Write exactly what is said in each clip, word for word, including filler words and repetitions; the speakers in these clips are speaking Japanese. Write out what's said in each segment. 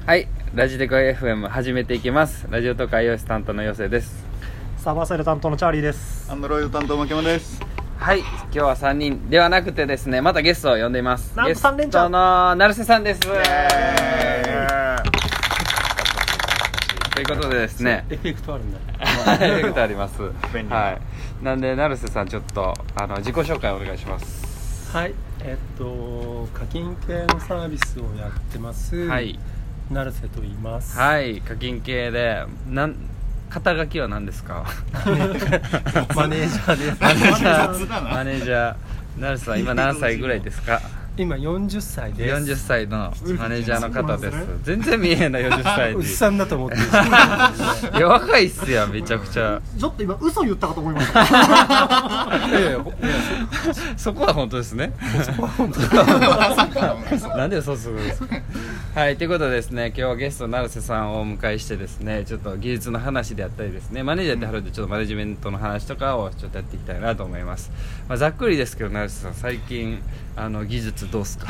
はい、ラジデコ エフエム 始めていきます。ラジオとか iOS 担当のヨセです。 サーバーサイド担当のチャーリーです。 アンドロイド担当マキマです。 はい、今日はさんにんではなくてですね、またゲストを呼んでいます。 なんとさん連チャンゲストの成瀬さんです。ということでですね、 エフェクトあるんだ。 エフェクトあります。 便利。 はい。なんで成瀬さんちょっとあの自己紹介お願いします。 はい、えっと課金系のサービスをやってます。 はい。 成瀬と言います。 はい、課金系でなん肩書きは何ですか？ マネージャーです。 マネージャー。マネージャー。成瀬さん今何歳ぐらいですか？ 今よんじゅっさいです。 よんじゅっさいのマネージャーの方です。全然見えへんなよんじゅっさいに。 おじさんだと思ってる。 いや若いっすやんめちゃくちゃ。 ちょっと今嘘言ったかと思いました。 いやいやそこは本当ですね。そこは本当。なんで嘘すぐですか。はい、ということでですね、今日はゲスト成瀬さんをお迎えしてですね、ちょっと技術の話であったりですね、マネージャーってはるんでちょっとマネジメントの話とかをちょっとやっていきたいなと思います。まあ、ざっくりですけど成瀬さん最近あの技術どうすか？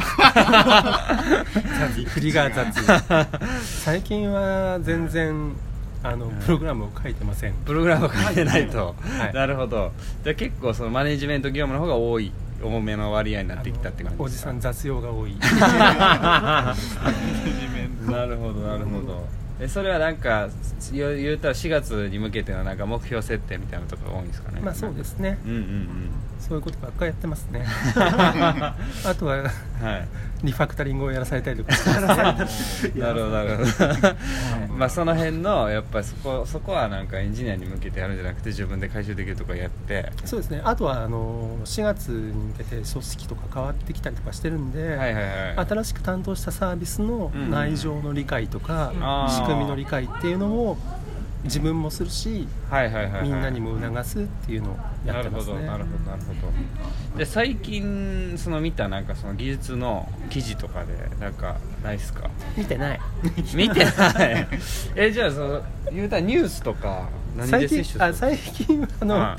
振りが雑。最近は全然あのプログラムを書いてません。 プログラムを書いてないと、 はい、 なるほど。じゃあ結構そのマネジメント業務の方が多い多めの割合になってきたって感じですか？ おじさん雑用が多い。 なるほどなるほど。えそれはなんか言う、言うたらしがつに向けてのなんか目標設定みたいなところが多いんですかね？ まあそうですね。 うんうんうん。 そういうことばっかりやってますね。あとは、はい、リファクタリングをやらされたりとかしてなるほどなるほど。まあその辺のやっぱりそこそこはなんかエンジニアに向けてやるんじゃなくて自分で回収できるとかやって。 そうですね。あとはあのしがつに向けて組織とか変わってきたりとかしてるんで、はいはいはい、新しく担当したサービスの内情の理解とか、うん、仕組みの理解っていうのを自分もするし、はいはいはいはい、みんなにも促すっていうのをやってますね。 なるほどなるほどなるほど。で最近その見たなんかその技術の記事とかでなんかないっすか？ 見てない。 見てない。えじゃあその言うたらニュースとか何で摂取する？ 最近あの、はい、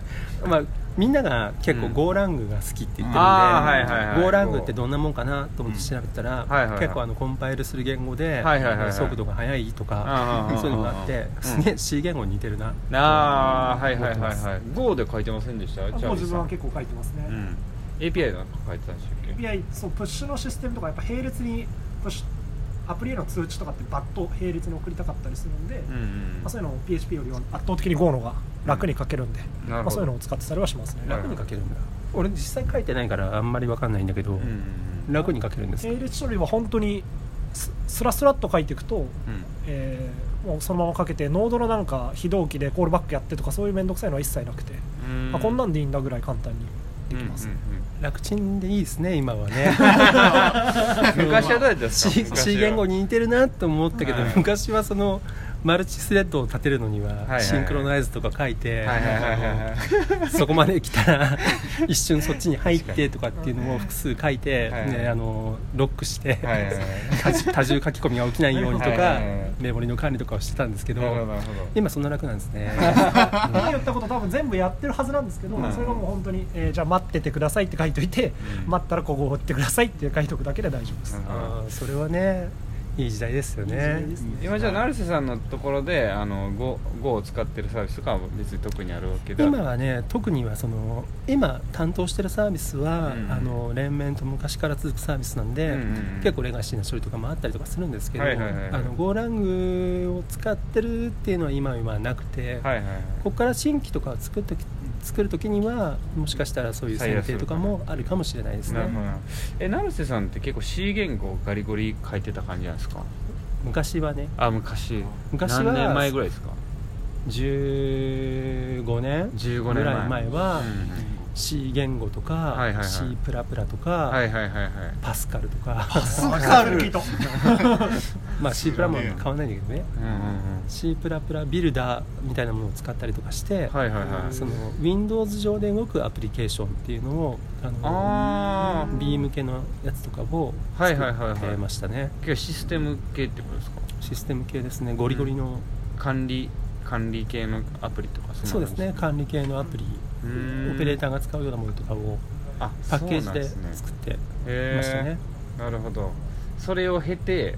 まあみんなが結構ゴーラングが好きって言ってるんで、うん、ゴーラングってどんなもんかなと思って調べたら、うんはいはいはい、結構あのコンパイルする言語で、はいはいはいはい、速度が速いとか、そういうのがあって、すげえ C 言語に似てるな。 ああはいはいはいはい。Go で書いてませんでした？ Go 自分は結構書いてますね。うん、 エーピーアイ なんか書いてたんでしたっけ？ エーピーアイ そうプッシュのシステムとかやっぱ並列にプッシュアプリへの通知とかってバッと並列に送りたかったりするんで、うんうんまあ、そういうのを ピーエイチピー よりは圧倒的に Go の方が楽に書けるんで、うんまあ、そういうのを使ってたりはしますね。 楽に書けるんだ。俺実際書いてないからあんまり分かんないんだけど、うんうん、楽に書けるんですか？ 並列処理は本当にスラスラっと書いていくと、うんえー、もうそのまま書けてノードのなんか非同期でコールバックやってとかそういうめんどくさいのは一切なくて、うんまあ、こんなんでいいんだぐらい簡単にできます、うんうんうん、楽ちんでいいですね今はね。 昔はどうやったんですか？ C 言語に似てるなと思ったけど、はい、昔はそのマルチスレッドを立てるのにはシンクロナイズとか書いてそこまで来たら一瞬そっちに入ってとかっていうのを複数書いて、ね、あのロックして多重書き込みが起きないようにとかメモリの管理とかをしてたんですけど今そんな楽なんですね。 今言ったこと多分全部やってるはずなんですけど、うん、それがもう本当に、えー、じゃあ待っててくださいって書いといて、うん、待ったらここを打ってくださいって書いとくだけで大丈夫です。 あそれはねいい時代ですよ ね, ですね。 今じゃあ成瀬さんのところであの Go, Go を使ってるサービスとかは別に特にあるわけでは今はね特にはその今担当してるサービスは、うん、あの連綿と昔から続くサービスなんで、うんうんうん、結構レガシーな処理とかもあったりとかするんですけど、はいはいはいはい、あの Go ラングを使ってるっていうのは今はなくて、はいはいはい、ここから新規とかを作って作るときにはもしかしたらそういう選定とかもあるかもしれないですね。 え成瀬さんって結構 C 言語ガリゴリ書いてた感じなんですか？ 昔はね。 あ昔昔は何年前ぐらいですか？ じゅうごねんぐらい前は、うんうん、C 言語とか、はいはいはい、C プラプラとか、はいはいはいはい、パスカルとかパスカルまあ C プラも変わらないんだけどね、うんうんうん、C プラプラビルダーみたいなものを使ったりとかして、はいはいはい、その Windows 上で動くアプリケーションっていうのをあのあ B 向けのやつとかを作ってましたね。はいはいはいはい、 システム系ってことですか？ システム系ですね。ゴリゴリの、うん、 管理管理系のアプリとかそうですね。管理系のアプリオペレーターが使うようなものとかをパッケージで作ってましたね。 なるほど。それを経て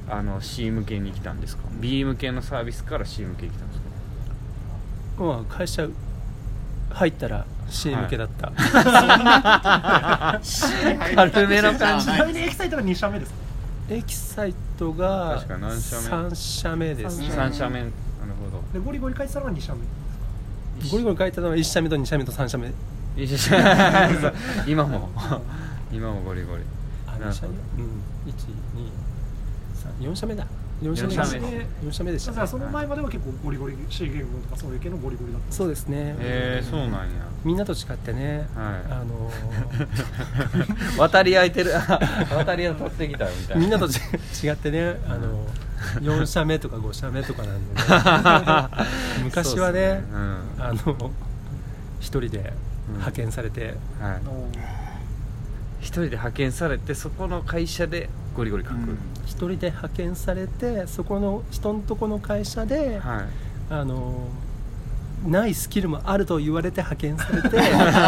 あの C 向けに来たんですか？ B 向けのサービスから C 向けに来たんですか？ まあ、会社入ったら C 向けだった、 はい、軽めの感じ。 ちなみにエキサイトがに社目ですか？ エキサイトがさん社目ですね。 さん社目、なるほど。 でゴリゴリ書いてたのがに社目。 ゴリゴリ書いてたのはいち社目とに社目とさん社目。 今も今もゴリゴリ。 あ、に社目、うん、いち、に、さん、よん社目だ。よん社目ですね。よん社目でした、ね。 だからその前までは結構ゴリゴリ C 言語とかそういう系のゴリゴリだった。 そうですね。 えー、そうなんや。 みんなと違ってね、 はい、 あのー、渡り合いてる渡り合い取ってきたみたいな。 みんなと違ってね、あのよん社目とかご社目とかなんでね昔は ね, ね、うん、あの一人で派遣されて、うん、はい、 一人で派遣されてそこの会社でゴリゴリ書く、うん、 一人で派遣されてそこの人のとこの会社で、はい、あのないスキルもあると言われて派遣されて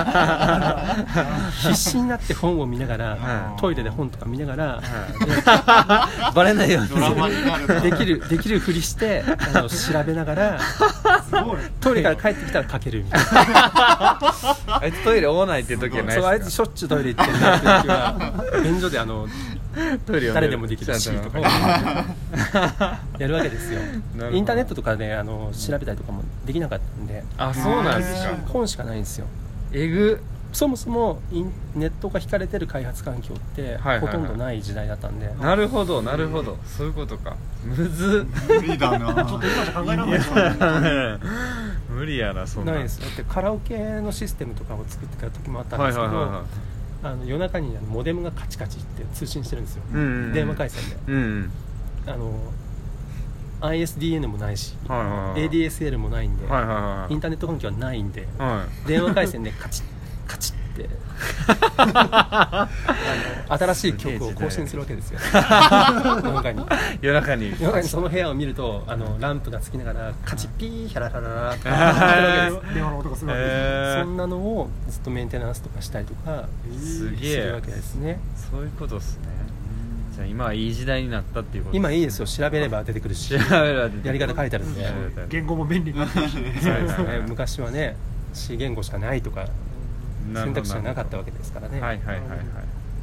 必死になって本を見ながら、はい、トイレで本とか見ながら、 はい、バレないようにできるできるふりしてあの調べながらトイレから帰ってきたら書けるみたいなあいつトイレ多ないっていう時はないですか？ そう、あいつしょっちゅうトイレ行ってるなっていう時は便所であのトイレ誰でもできるしとかやるわけですよ。インターネットとかであの調べたりとかもできなかったんで。 あ、そうなんですか。 本しかないんですよ。 えぐ。 そもそもインネットが引かれてる開発環境って、はいはいはい、ほとんどない時代だったんで。 なるほどなるほど、そういうことか。むず無理だなちょっと今じゃ考えられないですよ無理やな、そんな。 ないです。だってカラオケのシステムとかを作ってた時もあったんですけど、はいはいはいはい、あの夜中にあのモデムがカチカチって通信してるんですよ、うんうんうん、電話回線で、うんうん、あの アイエスディーエヌ もないし、はいはいはい、エーディーエスエル もないんで、はいはいはい、インターネット環境はないんで、はい、電話回線でカチッカチッってあの新しい曲を更新するわけですよ夜中に夜中に夜中にその部屋を見るとあのランプがつきながらカチッピーヒャララララって電話の音がするわけです、そんなのをずっとメンテナンスとかしたりとかするわけですね。 そういうことですね。じゃあ今はいい時代になったっていうことですね。 今いいですよ。調べれば出てくるしやり方書いてあるんで言語も便利になってるしそうですね。昔はね C 言語しかないとか選択肢がなかったわけですからね。 はいはいはいはい。なるほど。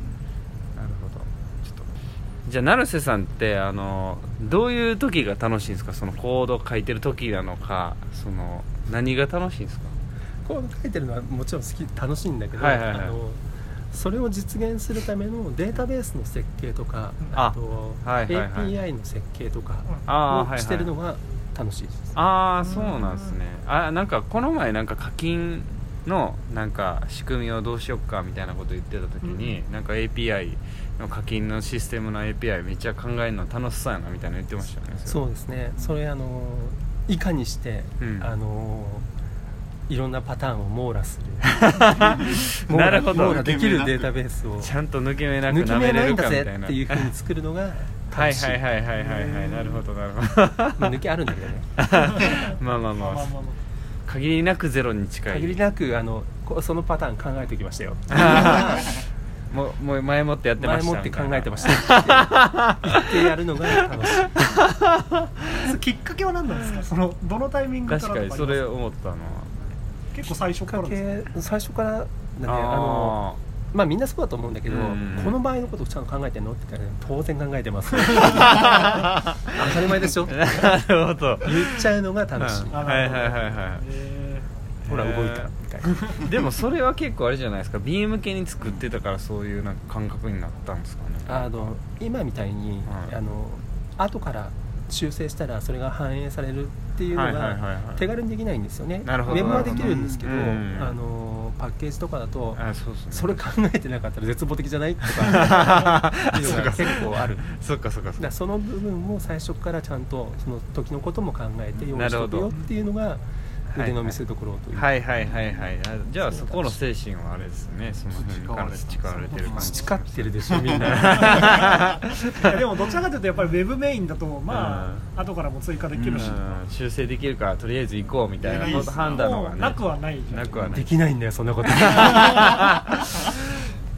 ちょっとじゃあ成瀬さんってあのどういう時が楽しいんですか？そのコード書いてる時なのか、その何が楽しいんですか？ コード書いてるのはもちろん好き楽しいんだけど、はいはいはい、あのそれを実現するためのデータベースの設計とか、あと、はいはいはい、エーピーアイ の設計とかをしてるのが楽しいです。 ああ、そうなんですね。あ、なんかこの前なんか課金のなんか仕組みをどうしようかみたいなこと言ってた時に、うん、なんか エーピーアイ の課金のシステムの エーピーアイ めっちゃ考えるの楽しそうやなみたいな言ってましたよね。 そうですね。それあのいかにして、うん、あのいろんなパターンを網羅するなるほど、 網羅できるデータベースをちゃんと抜け目なく舐めれるかみたいな、抜け目ないんだぜっていう風に作るのがはいはいはいはいはいはい、なるほどなるほど抜けあるんだけどねまあまあまあ限りなくゼロに近い、 限りなくあのそのパターン考えておきましたよもう、もう前もってやってました、 前もって考えてましたって言ってやるのが楽しいきっかけは何なんですか？そのどのタイミングからとか。 確かにそれ思ったのは結構最初からですか？ 最初からだね。あのまあみんなそうだと思うんだけど、この場合のことをちゃんと考えてんのって言ったら、当然考えてます当たり前でしょなるほど言っちゃうのが楽しい、うん、 はいはいはいはい、 ほら動いたみたいなでもそれは結構あれじゃないですか、 B 向けに作ってたからそういうなんか感覚になったんですかね。 あの今みたいに、はい、あの後から修正したらそれが反映されるっていうのが手軽にできないんですよね。ウェブはできるんですけど、うん、あのパッケージとかだと、あ、そうそうね、それ考えてなかったら絶望的じゃないとかいうのが結構あるそっかそっかそっか。だからその部分も最初からちゃんとその時のことも考えて用意しておくよっていうのが腕の見せ所という。 はいはいはいはい。じゃあそこの精神はあれですね、その辺から培われてる感じ。 培ってるでしょみんなでもどちらかというとやっぱりウェブメインだとまあ後からも追加できるし、 修正できるからとりあえず行こうみたいな判断のがね、 なくはない。 なくはない。 できないんだよそんなこと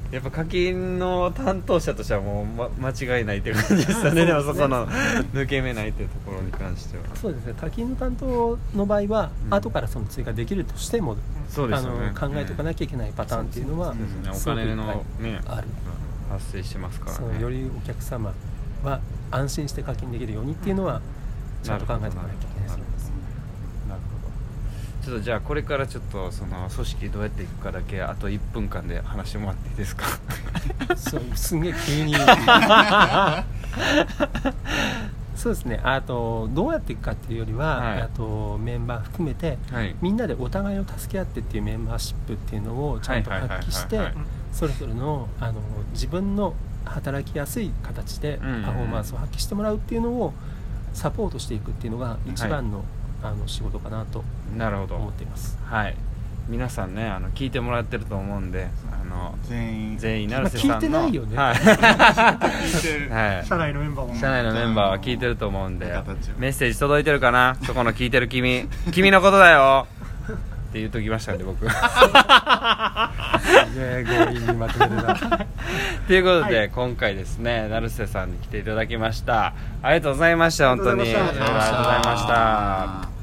やっぱ課金の担当者としてはもう、ま、間違いないっていう感じですよね。でもそこの抜け目ないっていうところに関してはそうですね。課金の担当の場合は、うん、後からその追加できるとしても、 そうですよね、 あの考えておかなきゃいけないパターンっていうのは、 うんうん、お金の、ね、ある発生してますからね。 そうよりお客様は安心して課金できるようにっていうのはちゃんと考えておかなきゃいけないです。 なるほど。ちょっとじゃあこれからちょっとその組織どうやっていくかだけあといっぷんかんで話してもらっていいですか？ そうすんげえ急にそうですね。あとどうやっていくかっていうよりは、はい、あとメンバー含めて、はい、みんなでお互いを助け合ってっていうメンバーシップっていうのをちゃんと発揮してそれぞれの、あの自分の働きやすい形でパフォーマンスを発揮してもらうっていうのをサポートしていくっていうのが一番の、はい、あの仕事かなと思っています。 はい、皆さんね、あの聞いてもらってると思うんで、あの全員全員成瀬さんの、 まあ、聞いてないよね、 はいはい、社内のメンバーは社内のメンバーは聞いてると思うんで、メッセージ届いてるかな、そこの聞いてる君君のことだよって言っときましたんで僕すげえ強引にまとめてたということで、はい、今回ですね成瀬さんに来ていただきました。ありがとうございました。本当にありがとうございました。